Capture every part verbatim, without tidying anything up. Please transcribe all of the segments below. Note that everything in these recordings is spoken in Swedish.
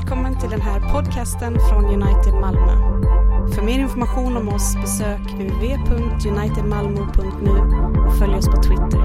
Välkommen till den här podcasten från United Malmö. För mer information om oss besök w w w punkt united malmo punkt n u och följ oss på Twitter.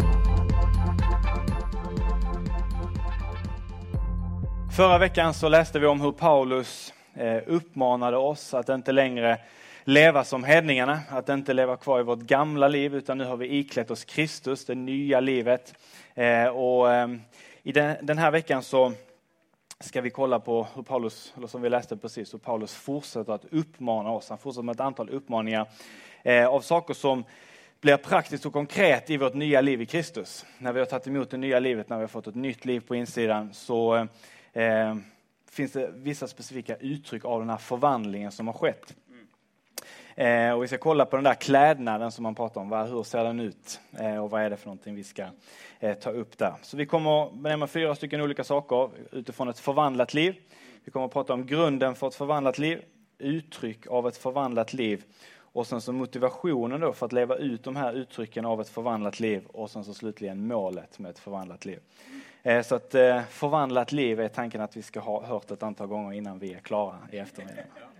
Förra veckan så läste vi om hur Paulus uppmanade oss att inte längre leva som hedningarna, att inte leva kvar i vårt gamla liv, utan nu har vi iklätt oss Kristus, det nya livet. Och i den här veckan så ska vi kolla på hur Paulus, eller som vi läste precis, hur Paulus fortsätter att uppmana oss. Han fortsätter med ett antal uppmaningar av saker som blir praktiskt och konkret i vårt nya liv i Kristus. När vi har tagit emot det nya livet, när vi har fått ett nytt liv på insidan, så eh, finns det vissa specifika uttryck av den här förvandlingen som har skett. Eh, och vi ska kolla på den där klädnaden som man pratar om. Vad, hur ser den ut? Eh, och vad är det för någonting vi ska eh, ta upp där? Så vi kommer benämna fyra stycken olika saker utifrån ett förvandlat liv. Vi kommer att prata om grunden för ett förvandlat liv. Uttryck av ett förvandlat liv. Och sen så motivationen då för att leva ut de här uttrycken av ett förvandlat liv. Och sen så slutligen målet med ett förvandlat liv. Eh, så att eh, förvandlat liv är tanken att vi ska ha hört ett antal gånger innan vi är klara i eftermiddag.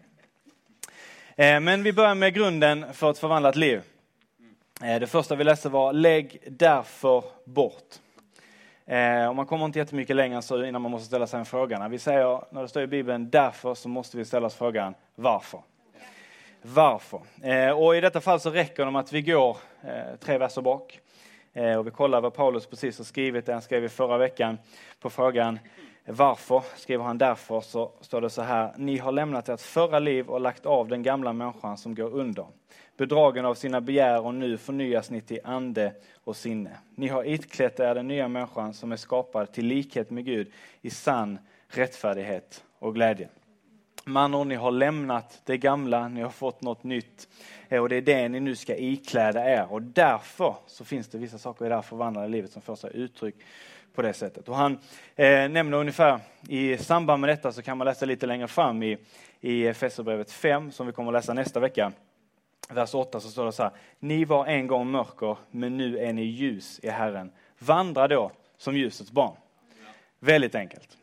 Men vi börjar med grunden för ett förvandlat liv. Det första vi läste var: lägg därför bort. Och man kommer inte jättemycket längre så innan man måste ställa sig en fråga. När vi säger, när det står i Bibeln därför, så måste vi ställa oss frågan varför. Varför? Och i detta fall så räcker det med att vi går tre verser bak. Och vi kollar vad Paulus precis har skrivit. Det han skrev i förra veckan på frågan varför, skriver han därför, så står det så här: ni har lämnat ert förra liv och lagt av den gamla människan som går under. Bedragen av sina begär, och nu förnyas ni till ande och sinne. Ni har itklätt er den nya människan som är skapad till likhet med Gud i sann rättfärdighet och glädje. Man och ni har lämnat det gamla, ni har fått något nytt, och det är det ni nu ska ikläda er. Och därför så finns det vissa saker i det här förvandlade livet som får sig uttryck på det sättet. Och han eh, nämner ungefär i samband med detta, så kan man läsa lite längre fram i, i Efesierbrevet fem, som vi kommer att läsa nästa vecka. Vers åtta, så står det så här: ni var en gång mörker, men nu är ni ljus i Herren. Vandra då som ljusets barn. Ja. Väldigt enkelt.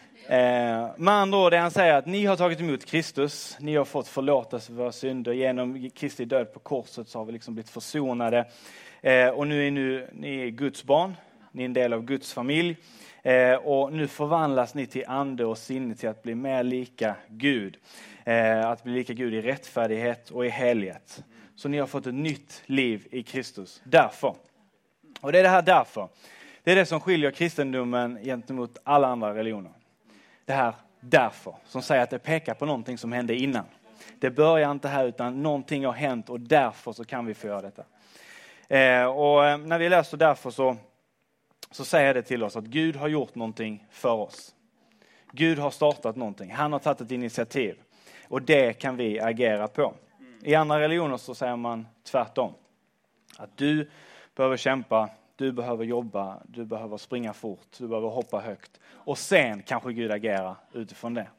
Eh, med andra ord, det han säger att ni har tagit emot Kristus, ni har fått förlåtelse för våra synder. Genom Kristi död på korset så har vi liksom blivit försonade. Eh, och nu är nu, ni är Guds barn. Ni är en del av Guds familj. Eh, och nu förvandlas ni till ande och sinne, till att bli mer lika Gud. Eh, att bli lika Gud i rättfärdighet och i helighet. Så ni har fått ett nytt liv i Kristus. Därför. Och det är det här därför. Det är det som skiljer kristendomen gentemot alla andra religioner. Det här därför. Som säger att det pekar på någonting som hände innan. Det börjar inte här, utan någonting har hänt, och därför så kan vi få göra detta. Eh, och när vi läser därför så så säger det till oss att Gud har gjort någonting för oss. Gud har startat någonting. Han har tagit ett initiativ. Och det kan vi agera på. I andra religioner så säger man tvärtom. Att du behöver kämpa, du behöver jobba, du behöver springa fort, du behöver hoppa högt. Och sen kanske Gud agerar utifrån det.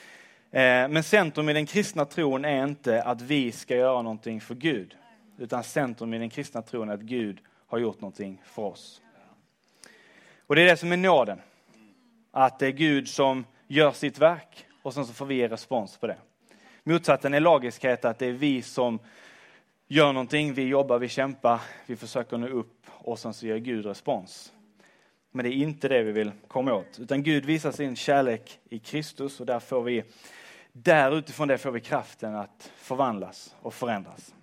Men centrum i den kristna tron är inte att vi ska göra någonting för Gud. Utan centrum i den kristna tron är att Gud har gjort någonting för oss. Och det är det som är nåden. Att det är Gud som gör sitt verk, och sen så får vi ge respons på det. Motsatsen är lagiskhet, att det är vi som gör någonting. Vi jobbar, vi kämpar, vi försöker nå upp, och sen så ger Gud respons. Men det är inte det vi vill komma åt. Utan Gud visar sin kärlek i Kristus, och där får vi, där utifrån det får vi kraften att förvandlas och förändras.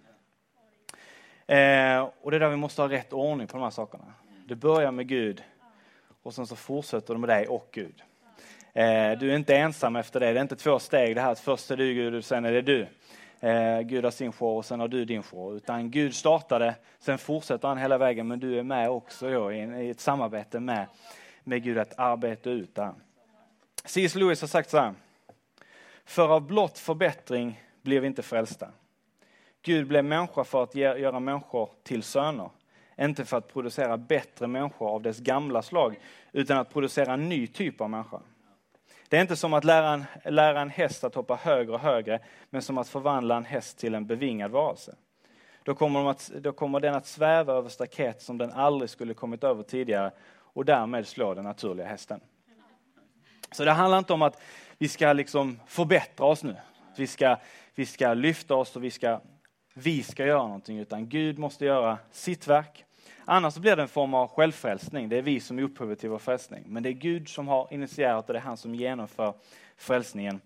Eh, och det är där vi måste ha rätt ordning på de här sakerna. Det börjar med Gud. Och sen så fortsätter det med dig och Gud. Eh, du är inte ensam efter det. Det är inte två steg det här. Att först är du Gud och sen är det du. Eh, Gud har sin show och sen har du din show. Utan Gud startade, sen fortsätter han hela vägen. Men du är med också då, i, i ett samarbete med, med Gud att arbeta ut det. C S Lewis har sagt så här: för av blott förbättring blir vi inte frälsta. Gud blev människa för att ge, göra människor till söner. Inte för att producera bättre människor av dess gamla slag, utan att producera en ny typ av människa. Det är inte som att lära en, lära en häst att hoppa högre och högre, men som att förvandla en häst till en bevingad varelse. Då kommer, de att, då kommer den att sväva över staket som den aldrig skulle kommit över tidigare, och därmed slå den naturliga hästen. Så det handlar inte om att vi ska liksom förbättra oss nu. Vi ska, vi ska lyfta oss och vi ska, vi ska göra någonting, utan Gud måste göra sitt verk. Annars blir det en form av självfrälsning. Det är vi som är upphovet till vår frälsning. Men det är Gud som har initierat och det är han som genomför frälsningen.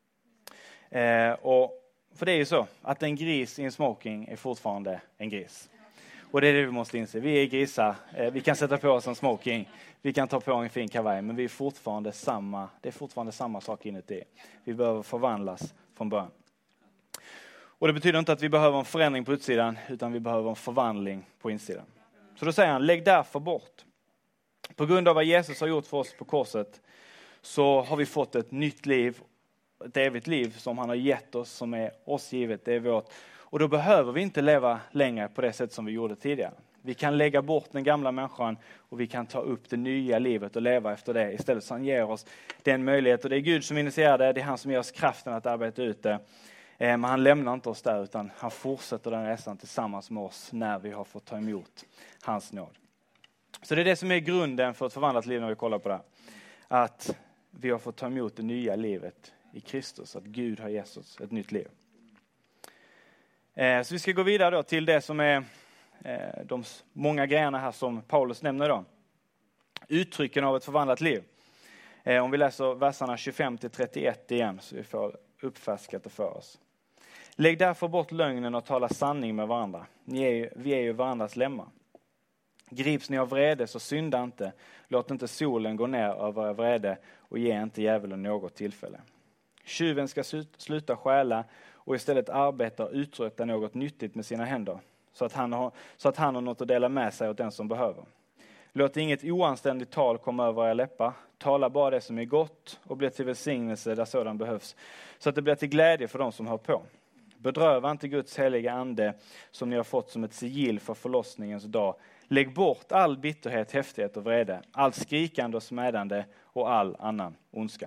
Eh, och för det är ju så att en gris i en smoking är fortfarande en gris. Och det är det vi måste inse. Vi är grisar. Eh, vi kan sätta på oss en smoking. Vi kan ta på en fin kavaj. Men vi är fortfarande samma. Det är fortfarande samma sak inuti. Vi behöver förvandlas från början. Och det betyder inte att vi behöver en förändring på utsidan, utan vi behöver en förvandling på insidan. Så då säger han, lägg därför bort. På grund av vad Jesus har gjort för oss på korset så har vi fått ett nytt liv, ett evigt liv som han har gett oss, som är oss givet, det är vårt. Och då behöver vi inte leva längre på det sätt som vi gjorde tidigare. Vi kan lägga bort den gamla människan och vi kan ta upp det nya livet och leva efter det istället. Så han ger oss den möjligheten. Och det är Gud som initierar det, det är han som ger oss kraften att arbeta ut det. Men han lämnar inte oss där, utan han fortsätter den resan tillsammans med oss när vi har fått ta emot hans nåd. Så det är det som är grunden för ett förvandlat liv när vi kollar på det. Att vi har fått ta emot det nya livet i Kristus. Att Gud har gett oss ett nytt liv. Så vi ska gå vidare då till det som är de många grejerna här som Paulus nämner då. Uttrycken av ett förvandlat liv. Om vi läser verserna tjugofem till trettioett igen så vi får uppfärskat det för oss. Lägg därför bort lögnen och tala sanning med varandra. Ni är ju, vi är ju varandras lemmar. Grips ni av vrede så synda inte. Låt inte solen gå ner över er vrede och ge inte djävulen något tillfälle. Tjuven ska sluta stjäla och istället arbeta och uträtta något nyttigt med sina händer. Så att, han har, så att han har något att dela med sig åt den som behöver. Låt inget oanständigt tal komma över era läppar. Tala bara det som är gott och bli till välsignelse där sådan behövs. Så att det blir till glädje för de som hör på. Bedröva inte Guds heliga ande som ni har fått som ett sigill för förlossningens dag. Lägg bort all bitterhet, häftighet och vrede. All skrikande och smädande och all annan ondska.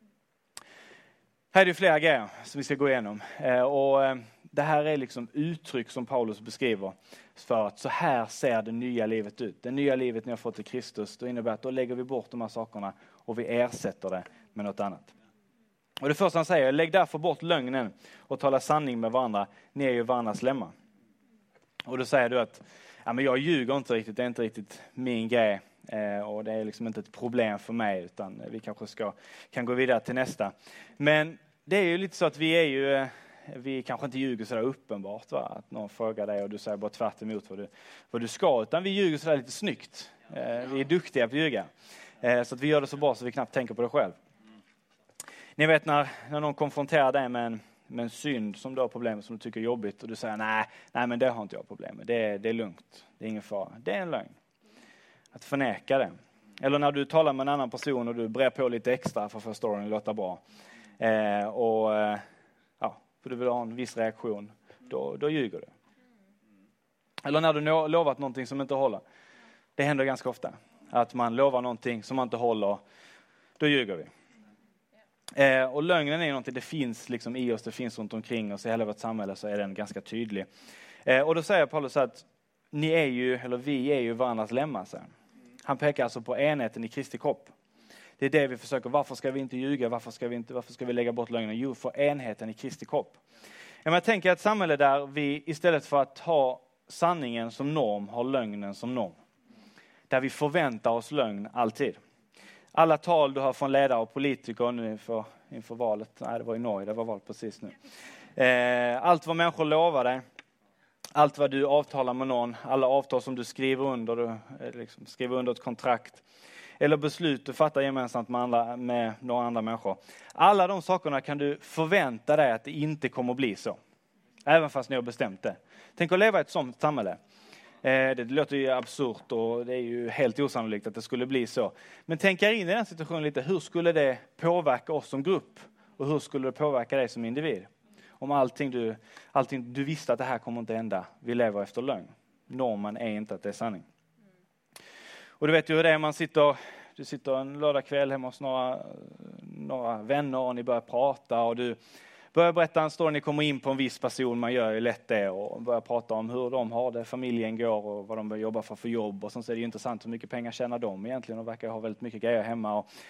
Här är det flera grejer som vi ska gå igenom. Och det här är liksom uttryck som Paulus beskriver för att så här ser det nya livet ut. Det nya livet ni har fått i Kristus, då innebär att då lägger vi bort de här sakerna och vi ersätter det med något annat. Och det första han säger, lägg därför bort lögnen och tala sanning med varandra. Ni är ju varandras lemmar. Och då säger du att ja, men jag ljuger inte riktigt, det är inte riktigt min grej. Eh, och det är liksom inte ett problem för mig, utan vi kanske ska, kan gå vidare till nästa. Men det är ju lite så att vi är ju, vi kanske inte ljuger sådär uppenbart, va? Att någon frågar dig och du säger bara tvärt emot vad du, vad du ska, utan vi ljuger sådär lite snyggt. Eh, vi är duktiga på att ljuga. Eh, så att vi gör det så bra så vi knappt tänker på det själv. Ni vet när, när någon konfronterar dig med en, med en synd som du har problem med, som du tycker är jobbigt, och du säger nej, nej men det har inte jag problem med, det, det är lugnt, det är ingen fara. Det är en lögn. Att förneka det. Eller när du talar med en annan person och du brer på lite extra för att få storyn låta bra. Eh, och eh, ja, för du vill ha en viss reaktion. Då, då ljuger du. Eller när du no- lovat någonting som inte håller. Det händer ganska ofta. Att man lovar någonting som man inte håller. Då ljuger vi. Eh, och lögnen är någonting, det finns liksom i oss, det finns runt omkring oss. I hela vårt samhälle så är den ganska tydlig. Eh, och då säger Paulus att ni är ju, eller vi är ju varandras lemmar. Så. Han pekar alltså på enheten i Kristi kropp. Det är det vi försöker. Varför ska vi inte ljuga? Varför ska vi, inte, varför ska vi lägga bort lögnen? Jo, för enheten i Kristi kropp. Jag tänker ett samhälle där vi istället för att ha sanningen som norm har lögnen som norm. Där vi förväntar oss lögn alltid. Alla tal du har från ledare och politiker nu inför, inför valet. Nej, det var i Norge, det var val precis nu. Eh, allt vad människor lovar dig. Allt vad du avtalar med någon, alla avtal som du skriver under, du liksom skriver under ett kontrakt. Eller beslut du fattar gemensamt med, andra, med några andra människor. Alla de sakerna kan du förvänta dig att det inte kommer att bli så. Även fast ni har bestämt det. Tänk att leva i ett sånt samhälle. Eh, det låter ju absurt och det är ju helt osannolikt att det skulle bli så. Men tänk er in i den situationen lite. Hur skulle det påverka oss som grupp? Och hur skulle det påverka dig som individ? Om allting du, allting du visste att det här kommer inte hända. Vi lever efter lögn. Normen är inte att det är sanning. Och du vet ju hur det är, man sitter, du sitter en lördagkväll hemma hos några, några vänner och ni börjar prata och du börjar berätta en story, ni kommer in på en viss person, man gör ju lätt det och börjar prata om hur de har det, familjen går och vad de börjar jobba för för jobb och sen så är det ju intressant hur mycket pengar tjänar de egentligen och verkar ha väldigt mycket grejer hemma och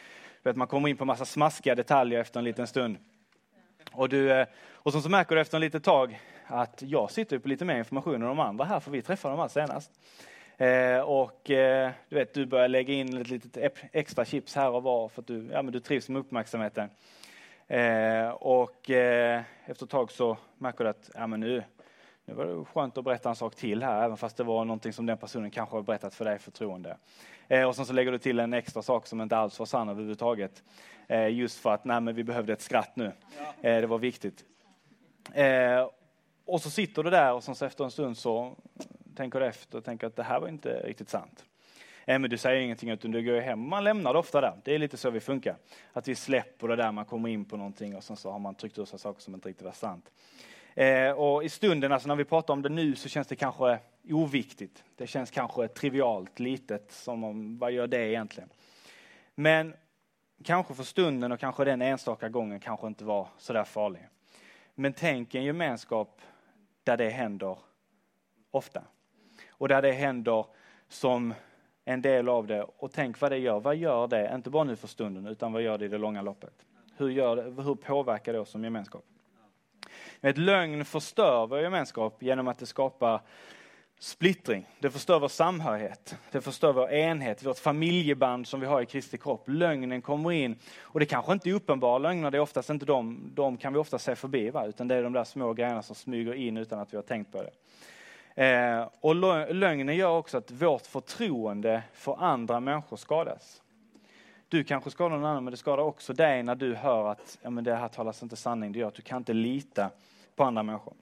vet, man kommer in på massa smaskiga detaljer efter en liten stund. Och, du, och så, så märker du efter en liten tag att jag sitter på lite mer information än de andra här, för vi träffade dem här senast. Eh, och eh, du vet, du börjar lägga in ett litet extra chips här och var för att du, ja, men du trivs med uppmärksamheten. Eh, och eh, efter ett tag så märker du att ja, men nu, nu var det skönt att berätta en sak till här, även fast det var någonting som den personen kanske har berättat för dig förtroende. Eh, och sen så lägger du till en extra sak som inte alls var sann överhuvudtaget. Eh, just för att nej, men vi behövde ett skratt nu. Eh, det var viktigt. Eh, och så sitter du där och så efter en stund så tänker du efter och tänker att det här var inte riktigt sant. Eh, men du säger ingenting utan du går hem. Man lämnar det ofta där. Det är lite så vi funkar. Att vi släpper det där, man kommer in på någonting och sen så har man tryckt ur sig saker som inte riktigt var sant. Eh, och i stunden, alltså när vi pratar om det nu, så känns det kanske oviktigt. Det känns kanske trivialt, litet, som om, vad gör det egentligen? Men kanske för stunden och kanske den enstaka gången kanske inte var så där farlig. Men tänk en gemenskap där det händer ofta. Och där det händer som en del av det. Och tänk vad det gör. Vad gör det? Inte bara nu för stunden, utan vad gör det i det långa loppet? Hur, gör det, hur påverkar det oss som gemenskap? Ett lögn förstör vår gemenskap genom att det skapar splittring. Det förstör vår samhörighet. Det förstör vår enhet, vårt familjeband som vi har i Kristi kropp. Lögnen kommer in. Och det kanske inte är uppenbara lögner. Det är oftast inte de, de kan vi ofta se förbi. Va? Utan det är de där små grejerna som smyger in utan att vi har tänkt på det. Eh, och lögnen gör också att vårt förtroende för andra människor skadas. Du kanske skadar någon annan, men det skadar också dig när du hör att ja, men det här talas inte sanning. Det gör att du kan inte lita på andra människor.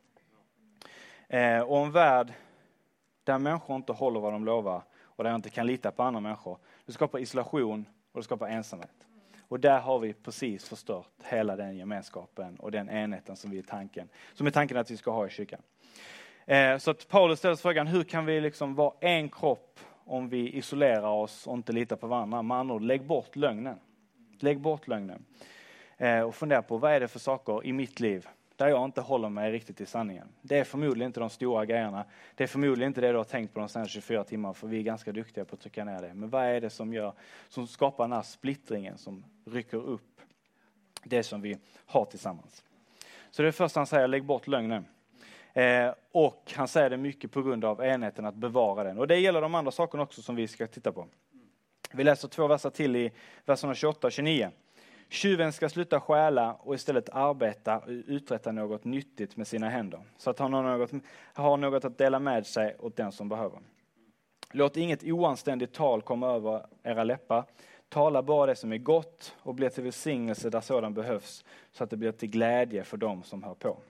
Eh, och en värld där människor inte håller vad de lovar och där jag inte kan lita på andra människor, det skapar isolation och det skapar ensamhet. Och där har vi precis förstört hela den gemenskapen och den enheten som vi är tanken, som är tanken att vi ska ha i kyrkan. Eh, så att Paulus ställer frågan, hur kan vi liksom vara en kropp om vi isolerar oss och inte litar på varandra? Man andra ord, lägg bort lögnen. Lägg bort lögnen. Eh, och fundera på, vad är det för saker i mitt liv där jag inte håller mig riktigt i sanningen? Det är förmodligen inte de stora grejerna. Det är förmodligen inte det du har tänkt på de senaste tjugofyra timmar, för vi är ganska duktiga på att trycka ner det. Men vad är det som gör, som skapar den här splittringen, som rycker upp det som vi har tillsammans? Så det är först han säger, lägg bort lögnen. Eh, och han säger det mycket på grund av enheten att bevara den. Och det gäller de andra sakerna också som vi ska titta på. Vi läser två verser till i verserna tjugoåtta och tjugonio. Tjuven ska sluta stjäla och istället arbeta och uträtta något nyttigt med sina händer. Så att han har något, har något att dela med sig åt den som behöver. Låt inget oanständigt tal komma över era läppar. Tala bara det som är gott och bli till välsignelse där sådan behövs, så att det blir till glädje för dem som hör på.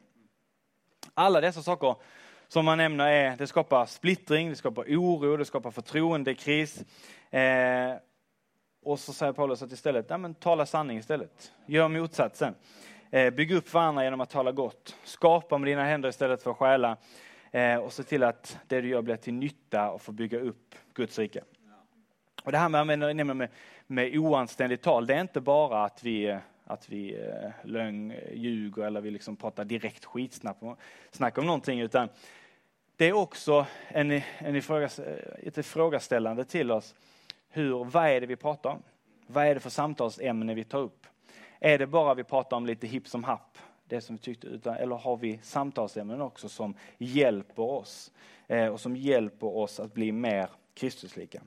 Alla dessa saker som man nämner är, det skapar splittring, det skapar oro, det skapar förtroendekris. Eh, och så säger Paulus att istället, nej men tala sanning istället. Gör motsatsen. Eh, bygg upp varandra genom att tala gott. Skapa med dina händer istället för att stjäla. Eh, och se till att det du gör blir till nytta och får bygga upp Guds rike. Och det här med, med, med, med oanständigt tal, det är inte bara att vi... att vi eh, lögn, ljuger eller vi liksom pratar direkt skitsnack snack om någonting, utan det är också en, en ifrågas, ett ifrågaställande till oss. Hur, vad är det vi pratar om? Vad är det för samtalsämne vi tar upp? Är det bara vi pratar om lite hipp som happ, det som vi tyckte, utan, eller har vi samtalsämnen också som hjälper oss eh, och som hjälper oss att bli mer Kristuslika?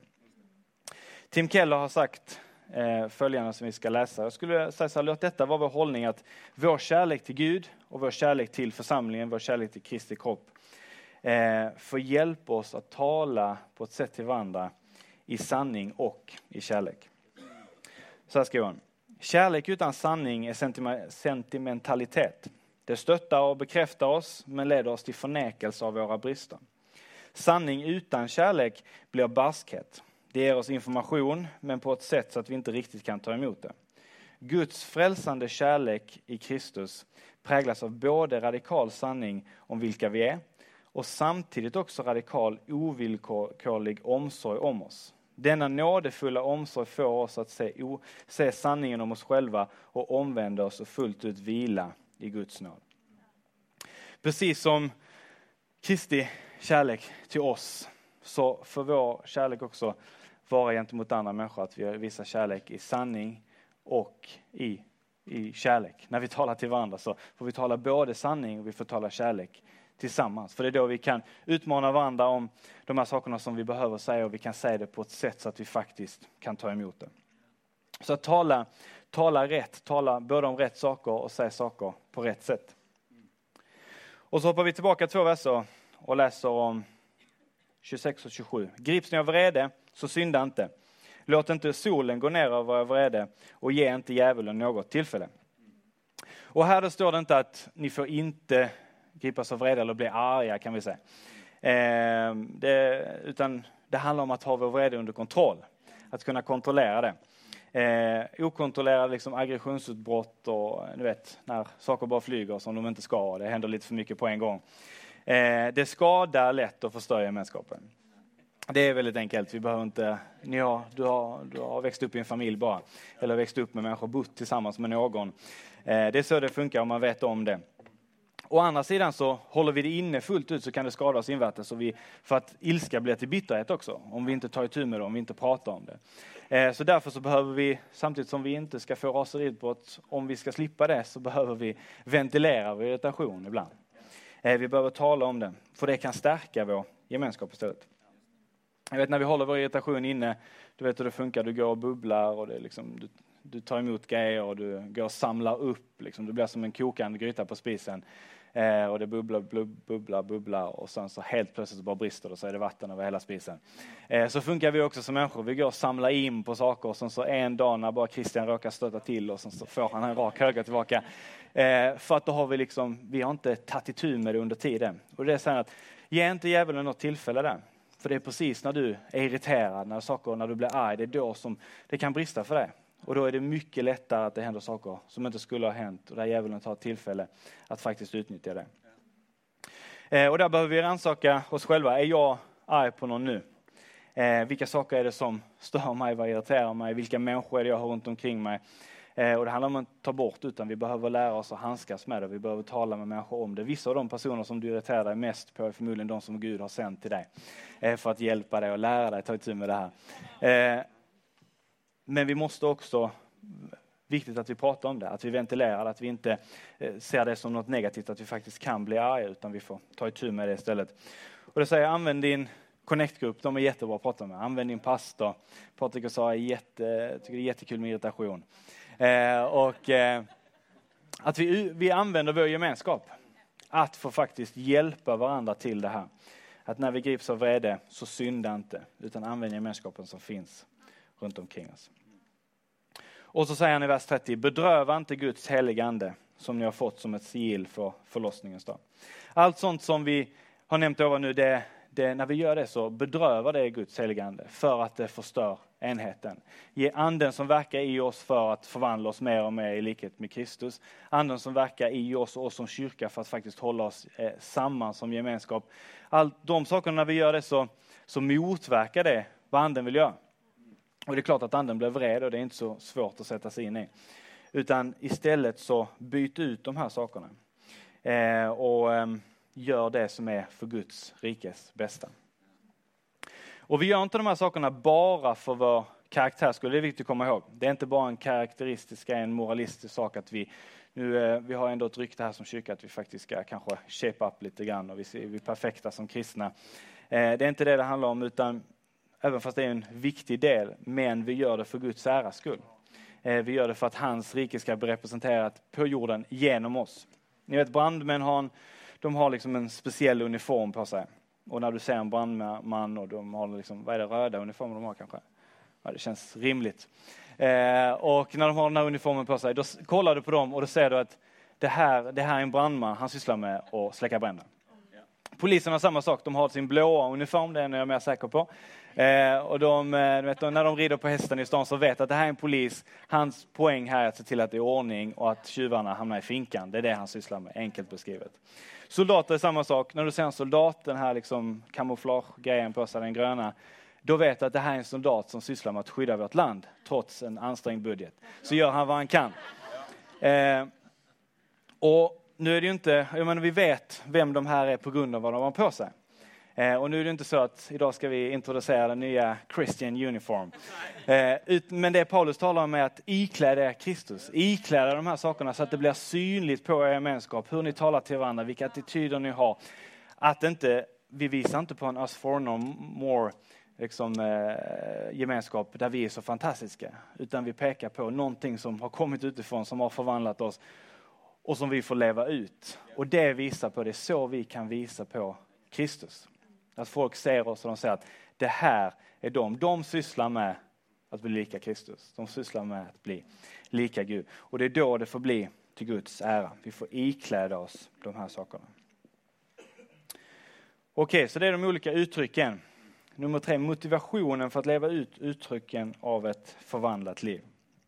Tim Keller har sagt Eh, följande som vi ska läsa. Jag skulle säga så här, låt detta vara vår hållning, att vår kärlek till Gud och vår kärlek till församlingen, vår kärlek till Kristi kropp eh, får hjälpa oss att tala på ett sätt till varandra i sanning och i kärlek. Så här skriver han. Kärlek utan sanning är sentima- sentimentalitet. Det stöttar och bekräftar oss, men leder oss till förnekelse av våra brister. Sanning utan kärlek blir barskhet. Det ger oss information, men på ett sätt så att vi inte riktigt kan ta emot det. Guds frälsande kärlek i Kristus präglas av både radikal sanning om vilka vi är och samtidigt också radikal ovillkorlig omsorg om oss. Denna nådefulla omsorg får oss att se, o, se sanningen om oss själva och omvända oss och fullt ut vila i Guds nåd. Precis som Kristi kärlek till oss, så för vår kärlek också vara gentemot andra människor, att vi visar kärlek i sanning och i, i kärlek. När vi talar till varandra så får vi tala både sanning och vi får tala kärlek tillsammans. För det är då vi kan utmana varandra om de här sakerna som vi behöver säga och vi kan säga det på ett sätt så att vi faktiskt kan ta emot det. Så att tala, tala rätt, tala både om rätt saker och säga saker på rätt sätt. Och så hoppar vi tillbaka två verser och läser om tjugosex och tjugosju. Grips ni av vrede, så synda inte. Låt inte solen gå ner över er vrede och ge inte djävulen något tillfälle. Och här då står det inte att ni får inte gripas av vrede eller bli arga, kan vi säga. Eh, det, utan det handlar om att ha vår vrede under kontroll. Att kunna kontrollera det. Eh, okontrollerad liksom aggressionsutbrott och du vet, när saker bara flyger som de inte ska. Det händer lite för mycket på en gång. Eh, det skadar lätt och förstör gemenskapen. Det är väldigt enkelt. Vi behöver inte, ni har, du, har, du har växt upp i en familj bara. Eller växt upp med människor, bott tillsammans med någon. Eh, det är så det funkar om man vet om det. Å andra sidan så håller vi det inne fullt ut så kan det skada oss invärtes. Så vi, för att ilska blir till bitterhet också. Om vi inte tar itu med det, om vi inte pratar om det. Eh, så därför så behöver vi, samtidigt som vi inte ska få raseriutbrott, om vi ska slippa det så behöver vi ventilera vår irritation ibland. Eh, vi behöver tala om det. För det kan stärka vår gemenskap istället. Jag vet när vi håller vår irritation inne, du vet hur det funkar, du går och bubblar och det är liksom, du, du tar emot grejer och du går och samlar upp. Liksom, du blir som en kokande gryta på spisen. Eh, och det bubblar, blub, bubblar, bubblar och sen så helt plötsligt bara brister och så är det vatten över hela spisen. Eh, så funkar vi också som människor. Vi går och samlar in på saker och sen så en dag när bara Christian råkar stöta till och sen så får han en rak höger tillbaka. Eh, för att då har vi liksom, vi har inte tagit itu med det under tiden. Och det är så här att, ge inte djävulen något tillfälle där. För det är precis när du är irriterad, när saker, när du blir arg, det är då som det kan brista för dig. Och då är det mycket lättare att det händer saker som inte skulle ha hänt. Och där djävulen tar tillfälle att faktiskt utnyttja det. Eh, och där behöver vi rannsaka oss själva. Är jag arg på någon nu? Eh, vilka saker är det som stör mig, vad irriterar mig? Vilka människor är det jag har runt omkring mig? Eh, och det handlar om att ta bort, utan vi behöver lära oss att handskas med det. Vi behöver tala med människor om det. Vissa av de personer som du irriterar dig mest på är förmodligen de som Gud har sänt till dig. Eh, för att hjälpa dig och lära dig att ta itu med det här. Eh, men vi måste också, viktigt att vi pratar om det. Att vi ventilerar, att vi inte eh, ser det som något negativt. Att vi faktiskt kan bli arga, utan vi får ta itu med det istället. Och det säger, använd din connect-grupp, de är jättebra att prata med. Använd din pastor. Patrik och Sara är jätte, tycker det är jättekul med irritation. Eh, och eh, att vi, vi använder vår gemenskap att få faktiskt hjälpa varandra till det här. Att när vi grips av vrede så synda inte, utan använd gemenskapen som finns runt omkring oss. Och så säger han i vers trettio, bedröva inte Guds heliga ande som ni har fått som ett sigill för förlossningens dag. Allt sånt som vi har nämnt över nu, det, det, när vi gör det så bedrövar det Guds heliga ande för att det förstör enheten. Ge anden som verkar i oss för att förvandla oss mer och mer i likhet med Kristus. Anden som verkar i oss och oss som kyrka för att faktiskt hålla oss eh, samman som gemenskap. Allt de sakerna, när vi gör det så, så motverkar det vad anden vill göra. Och det är klart att anden blir vred och det är inte så svårt att sätta sig in i. Utan istället så byt ut de här sakerna. Eh, och eh, gör det som är för Guds rikes bästa. Och vi gör inte de här sakerna bara för vår karaktär, skulle det är viktigt att komma ihåg. Det är inte bara en karaktäristisk, en moralistisk sak att vi, nu, eh, vi har ändå ett rykte här som kyrka att vi faktiskt ska kanske shape up lite grann och vi ser vi är perfekta som kristna. Eh, det är inte det det handlar om, utan även fast det är en viktig del, men vi gör det för Guds äras skull. Eh, vi gör det för att hans rike ska bli representerat på jorden genom oss. Ni vet, brandmän har en, de har liksom en speciell uniform på sig. Och när du ser en brandman och de har liksom, vad är det, röda uniformer de har kanske? Ja, det känns rimligt. Eh, och när de har den här uniformen på sig, då kollar du på dem och då ser du att det här, det här är en brandman, han sysslar med att släcka bränder. Polisen har samma sak, de har sin blåa uniform, det är jag mer säker på. Eh, och de, vet, när de rider på hästen i stan så vet att det här är en polis. Hans poäng här är att se till att det är ordning och att tjuvarna hamnar i finkan. Det är det han sysslar med, enkelt beskrivet. Soldater är samma sak. När du ser en soldat, den här liksom kamouflage-grejen på sig, den gröna, då vet du att det här är en soldat som sysslar med att skydda vårt land trots en ansträngd budget. Så gör han vad han kan. Eh, och nu är det ju inte, jag menar, vi vet vem de här är på grund av vad de har på sig. Eh, och nu är det inte så att idag ska vi introducera den nya Christian uniform. Eh, ut, men det Paulus talar om är att ikläda er Kristus. Ikläda de här sakerna så att det blir synligt på er gemenskap. Hur ni talar till varandra, vilka attityder ni har. Att inte, vi visar inte på en us for no more liksom, eh, gemenskap där vi är så fantastiska. Utan vi pekar på någonting som har kommit utifrån, som har förvandlat oss. Och som vi får leva ut. Och det visar på, det är så vi kan visa på Kristus. Att folk ser oss och de säger att det här är de. De sysslar med att bli lika Kristus. De sysslar med att bli lika Gud. Och det är då det får bli till Guds ära. Vi får ikläda oss de här sakerna. Okej, så det är de olika uttrycken. Nummer tre, motivationen för att leva ut uttrycken av ett förvandlat liv.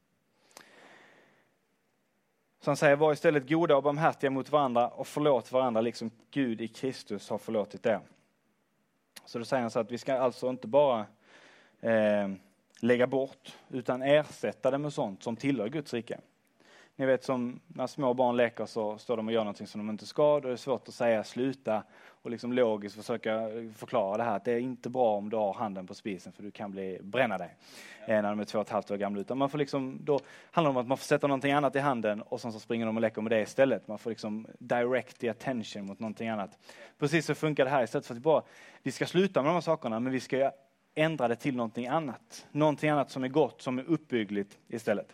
Så han säger, var istället goda och barmhärtiga mot varandra och förlåt varandra liksom Gud i Kristus har förlåtit er. Så då säger han så att vi ska alltså inte bara eh, lägga bort utan ersätta det med sånt som tillhör Guds rike. Ni vet som när små barn leker så står de och gör någonting som de inte ska. Då är det svårt att säga sluta och liksom logiskt försöka förklara det här. Att det är inte bra om du har handen på spisen för du kan bli bränna dig eh, när de är två och ett halvt år gamla. Utan man får liksom, då handlar det om att man får sätta någonting annat i handen och sen så springer de och leker med det istället. Man får liksom direct the attention mot någonting annat. Precis så funkar det här istället för att vi bara, vi ska sluta med de här sakerna men vi ska ändra det till någonting annat. Någonting annat som är gott, som är uppbyggligt istället.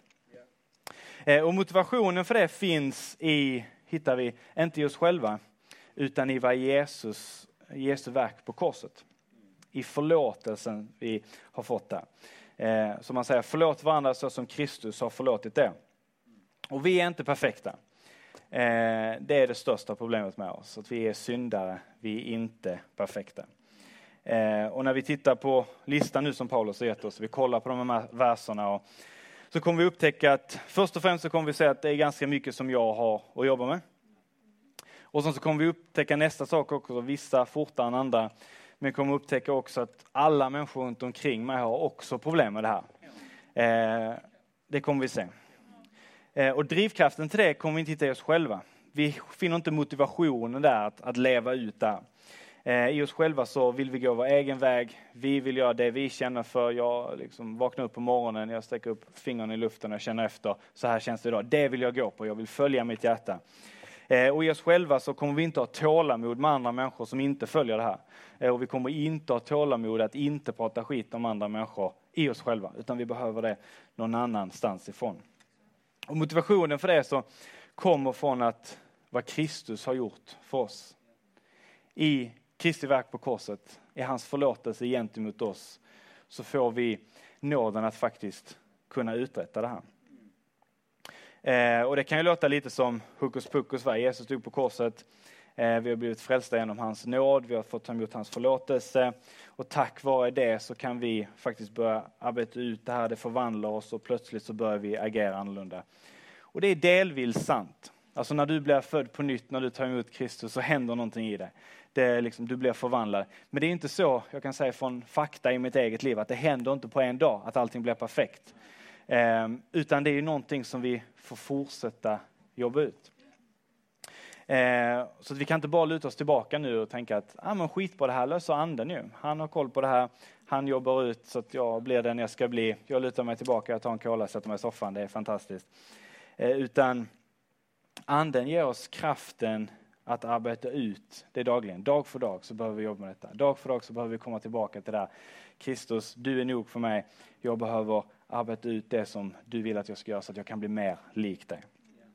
Och motivationen för det finns i, hittar vi, inte i oss själva, utan i vad Jesus, Jesu verk på korset. I förlåtelsen vi har fått där. Eh, som man säger, förlåt varandra så som Kristus har förlåtit det. Och vi är inte perfekta. Eh, det är det största problemet med oss. Att vi är syndare, vi är inte perfekta. Eh, och när vi tittar på listan nu som Paulus har gett oss, vi kollar på de här verserna och så kommer vi upptäcka att först och främst så kommer vi se att det är ganska mycket som jag har att jobba med. Och sen så kommer vi upptäcka nästa sak också, vissa fortare än andra. Men vi kommer upptäcka också att alla människor runt omkring mig har också problem med det här. Eh, det kommer vi se. Eh, och drivkraften till det kommer vi inte hitta i oss själva. Vi finner inte motivationen där att, att leva ut där. Eh, I oss själva så vill vi gå vår egen väg. Vi vill göra det vi känner för. Jag liksom vaknar upp på morgonen, jag sträcker upp fingrarna i luften och känner efter. Så här känns det idag. Det vill jag gå på. Jag vill följa mitt hjärta. Eh, och i oss själva så kommer vi inte ha tålamod med andra människor som inte följer det här. Eh, och vi kommer inte ha tålamod att inte prata skit om andra människor i oss själva. Utan vi behöver det någon annanstans ifrån. Och motivationen för det så kommer från att vad Kristus har gjort för oss. I Kristi verk på korset, i hans förlåtelse gentemot oss, så får vi nåden att faktiskt kunna uträtta det här. Eh, och det kan ju låta lite som hokus pokus. Jesus stod på korset. Eh, vi har blivit frälsta genom hans nåd. Vi har fått ta emot hans förlåtelse. Och tack vare det så kan vi faktiskt börja arbeta ut det här. Det förvandlar oss och plötsligt så börjar vi agera annorlunda. Och det är delvis sant. Alltså när du blir född på nytt, när du tar emot Kristus så händer någonting i dig. Det är liksom, du blir förvandlad. Men det är inte så, jag kan säga från fakta i mitt eget liv, att det händer inte på en dag att allting blir perfekt. Eh, utan det är ju någonting som vi får fortsätta jobba ut. Eh, så att vi kan inte bara luta oss tillbaka nu och tänka att ah, men skit på det här, löser anden ju. Han har koll på det här, han jobbar ut så att jag blir den jag ska bli. Jag lutar mig tillbaka, jag tar en cola, sätter mig i soffan, det är fantastiskt. Eh, utan anden ger oss kraften att arbeta ut det dagligen. Dag för dag så behöver vi jobba med detta. Dag för dag så behöver vi komma tillbaka till det där. Kristus, du är nog för mig. Jag behöver arbeta ut det som du vill att jag ska göra så att jag kan bli mer lik dig.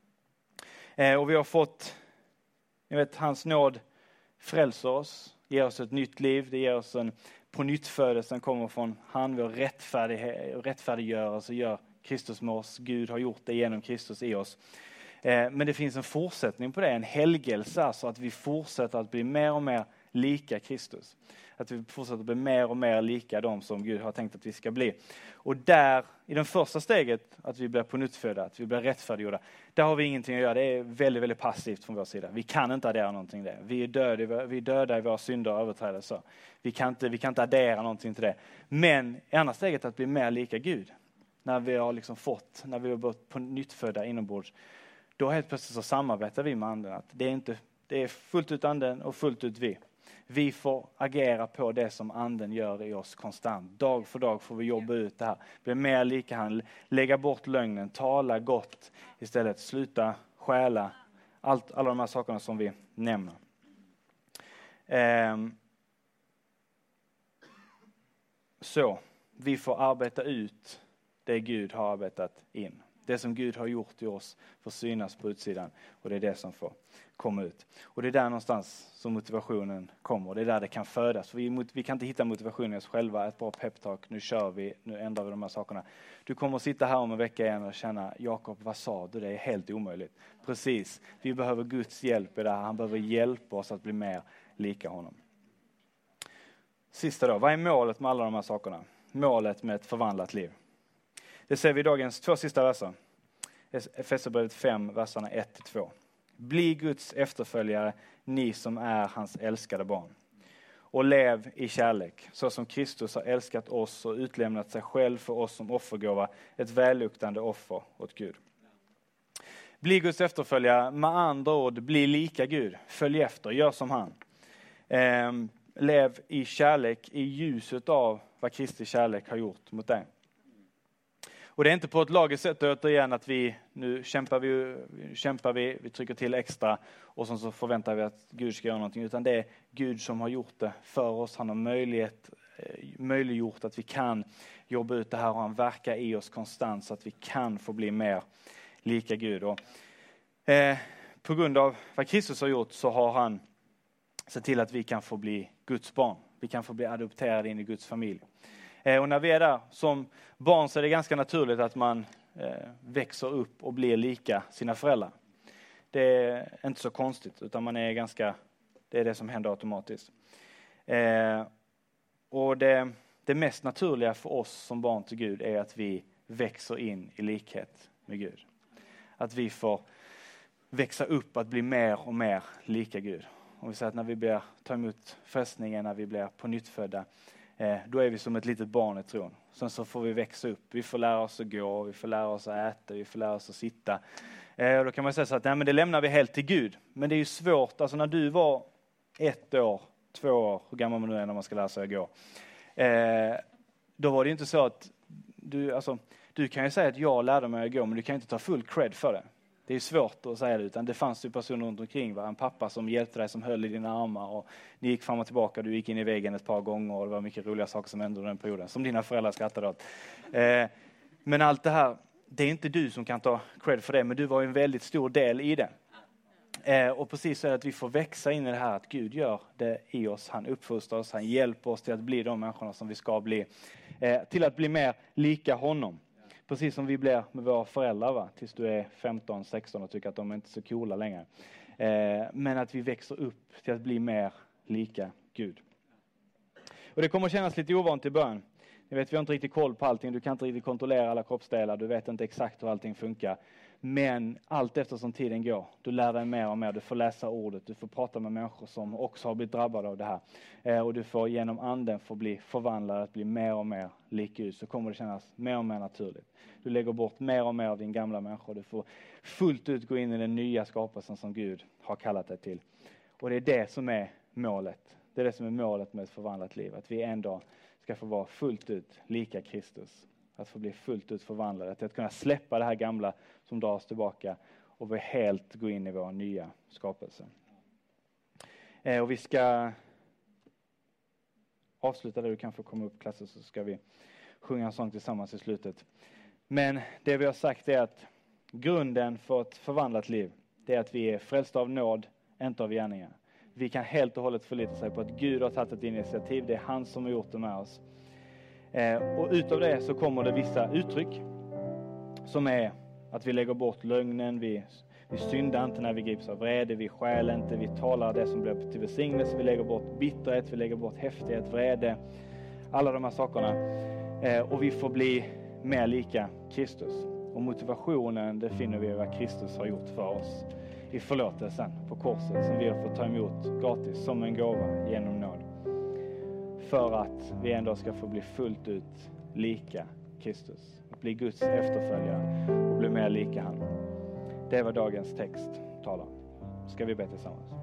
Eh, och vi har fått, jag vet, hans nåd frälser oss. Ger oss ett nytt liv. Det ger oss en på nytt födelsen kommer från han. Vi har rättfärdig, rättfärdiggörelse gör Kristus med oss. Gud har gjort det genom Kristus i oss. Men det finns en fortsättning på det, en helgelse, så att vi fortsätter att bli mer och mer lika Kristus. Att vi fortsätter att bli mer och mer lika de som Gud har tänkt att vi ska bli. Och där, i det första steget, att vi blir på nyttfödda, att vi blir rättfärdiggjorda, där har vi ingenting att göra. Det är väldigt, väldigt passivt från vår sida. Vi kan inte addera någonting där. Vi är döda, vi är döda i våra synder och överträdelser. Vi kan inte, vi kan inte addera någonting till det. Men i andra steget att bli mer lika Gud, när vi har liksom fått, när vi har blivit på nyttfödda inombords, då helt plötsligt så samarbetar vi med anden. Att det är inte, det är fullt ut anden och fullt ut vi. Vi får agera på det som anden gör i oss konstant. Dag för dag får vi jobba ut det här. Bli mer lika han, lägga bort lögnen, tala gott istället, sluta stjäla. Allt, alla de här sakerna som vi nämner. Ehm. Så, vi får arbeta ut det Gud har arbetat in. Det som Gud har gjort i oss får synas på utsidan. Och det är det som får komma ut. Och det är där någonstans som motivationen kommer. Det är där det kan födas. För vi, vi kan inte hitta motivationen i oss själva. Ett bra peptalk, nu kör vi, nu ändrar vi de här sakerna. Du kommer att sitta här om en vecka igen och känna, Jakob, vad sa du? Det är helt omöjligt. Precis, vi behöver Guds hjälp i det här. Han behöver hjälpa oss att bli mer lika honom. Sista då, vad är målet med alla de här sakerna? Målet med ett förvandlat liv. Det ser vi i dagens två sista verser. Efesierbrevet fem, verserna ett till två. Bli Guds efterföljare, ni som är hans älskade barn. Och lev i kärlek, så som Kristus har älskat oss och utlämnat sig själv för oss som offergåva, ett välluktande offer åt Gud. Bli Guds efterföljare, med andra ord, bli lika Gud. Följ efter, gör som han. Ehm, lev i kärlek i ljuset av vad Kristi kärlek har gjort mot dig. Och det är inte på ett lagiskt sätt återigen att vi, nu kämpar vi, kämpar vi, vi trycker till extra och så, så förväntar vi att Gud ska göra någonting. Utan det är Gud som har gjort det för oss. Han har möjlighet, möjliggjort att vi kan jobba ut det här och han verkar i oss konstant så att vi kan få bli mer lika Gud. Och, eh, på grund av vad Kristus har gjort så har han sett till att vi kan få bli Guds barn. Vi kan få bli adopterade in i Guds familj. Och när vi är där som barn så är det ganska naturligt att man eh, växer upp och blir lika sina föräldrar. Det är inte så konstigt utan man är ganska, det är det som händer automatiskt. Eh, och det, det mest naturliga för oss som barn till Gud är att vi växer in i likhet med Gud. Att vi får växa upp att bli mer och mer lika Gud. Och vi säger att när vi blir, tar emot frälsningen, när vi blir på nytt födda, eh, då är vi som ett litet barn i tron. Sen så får vi växa upp. Vi får lära oss att gå, vi får lära oss att äta, vi får lära oss att sitta. Eh, och då kan man säga så att nej, men det lämnar vi helt till Gud. Men det är ju svårt, alltså när du var ett år, två år, hur gammal man nu är när man ska lära sig att gå. Eh, då var det ju inte så att du, alltså, du kan ju säga att jag lärde mig att gå, men du kan inte ta full cred för det. Det är svårt att säga det, utan det fanns ju personer runt omkring. Va? En pappa som hjälpte dig, som höll i dina armar. Och ni gick fram och tillbaka, du gick in i väggen ett par gånger. Och det var mycket roliga saker som hände under den perioden. Som dina föräldrar skrattade åt. Eh, men allt det här, det är inte du som kan ta cred för det. Men du var ju en väldigt stor del i det. Eh, och precis så är det att vi får växa in i det här. Att Gud gör det i oss. Han uppfostrar oss, han hjälper oss till att bli de människorna som vi ska bli. Eh, till att bli mer lika honom. Precis som vi blir med våra föräldrar, va? Tills du är femton sexton och tycker att de är inte är så coola längre. Eh, men att vi växer upp till att bli mer lika Gud. Och det kommer att kännas lite ovant i början. Ni vet, vi har inte riktigt koll på allting. Du kan inte riktigt kontrollera alla kroppsdelar. Du vet inte exakt hur allting funkar. Men allt eftersom tiden går, du lär dig mer och mer. Du får läsa ordet. Du får prata med människor som också har blivit drabbade av det här. Eh, och du får genom anden få bli förvandlad, att bli mer och mer lik Gud. Så kommer det kännas mer och mer naturligt. Du lägger bort mer och mer av din gamla människa. Du får fullt ut gå in i den nya skapelsen som Gud har kallat dig till. Och det är det som är målet. Det är det som är målet med ett förvandlat liv. Att vi en dag ska få vara fullt ut lika Kristus. Att få bli fullt ut förvandlade. Till att kunna släppa det här gamla som dras tillbaka. Och vi helt gå in i vår nya skapelse. Eh, och vi ska avsluta där. Du kan få komma upp klassen, så ska vi sjunga en sång tillsammans i slutet. Men det vi har sagt är att grunden för ett förvandlat liv, det är att vi är frälsta av nåd, inte av gärningar. Vi kan helt och hållet förlita sig på att Gud har tagit ett initiativ. Det är han som har gjort det med oss. Eh, och utav det så kommer det vissa uttryck. Som är att vi lägger bort lögnen. Vi, vi syndar inte när vi grips av vrede. Vi stjäl inte. Vi talar det som blir till välsignelse. Vi lägger bort bitterhet. Vi lägger bort häftighet, vrede. Alla de här sakerna. Eh, och vi får bli mer lika Kristus. Och motivationen, det finner vi i vad Kristus har gjort för oss. I förlåtelsen på korset som vi har fått ta emot gratis som en gåva genom nåd. För att vi ändå ska få bli fullt ut lika Kristus. Att bli Guds efterföljare och bli mer lika han. Det var dagens text talar. Ska vi be tillsammans.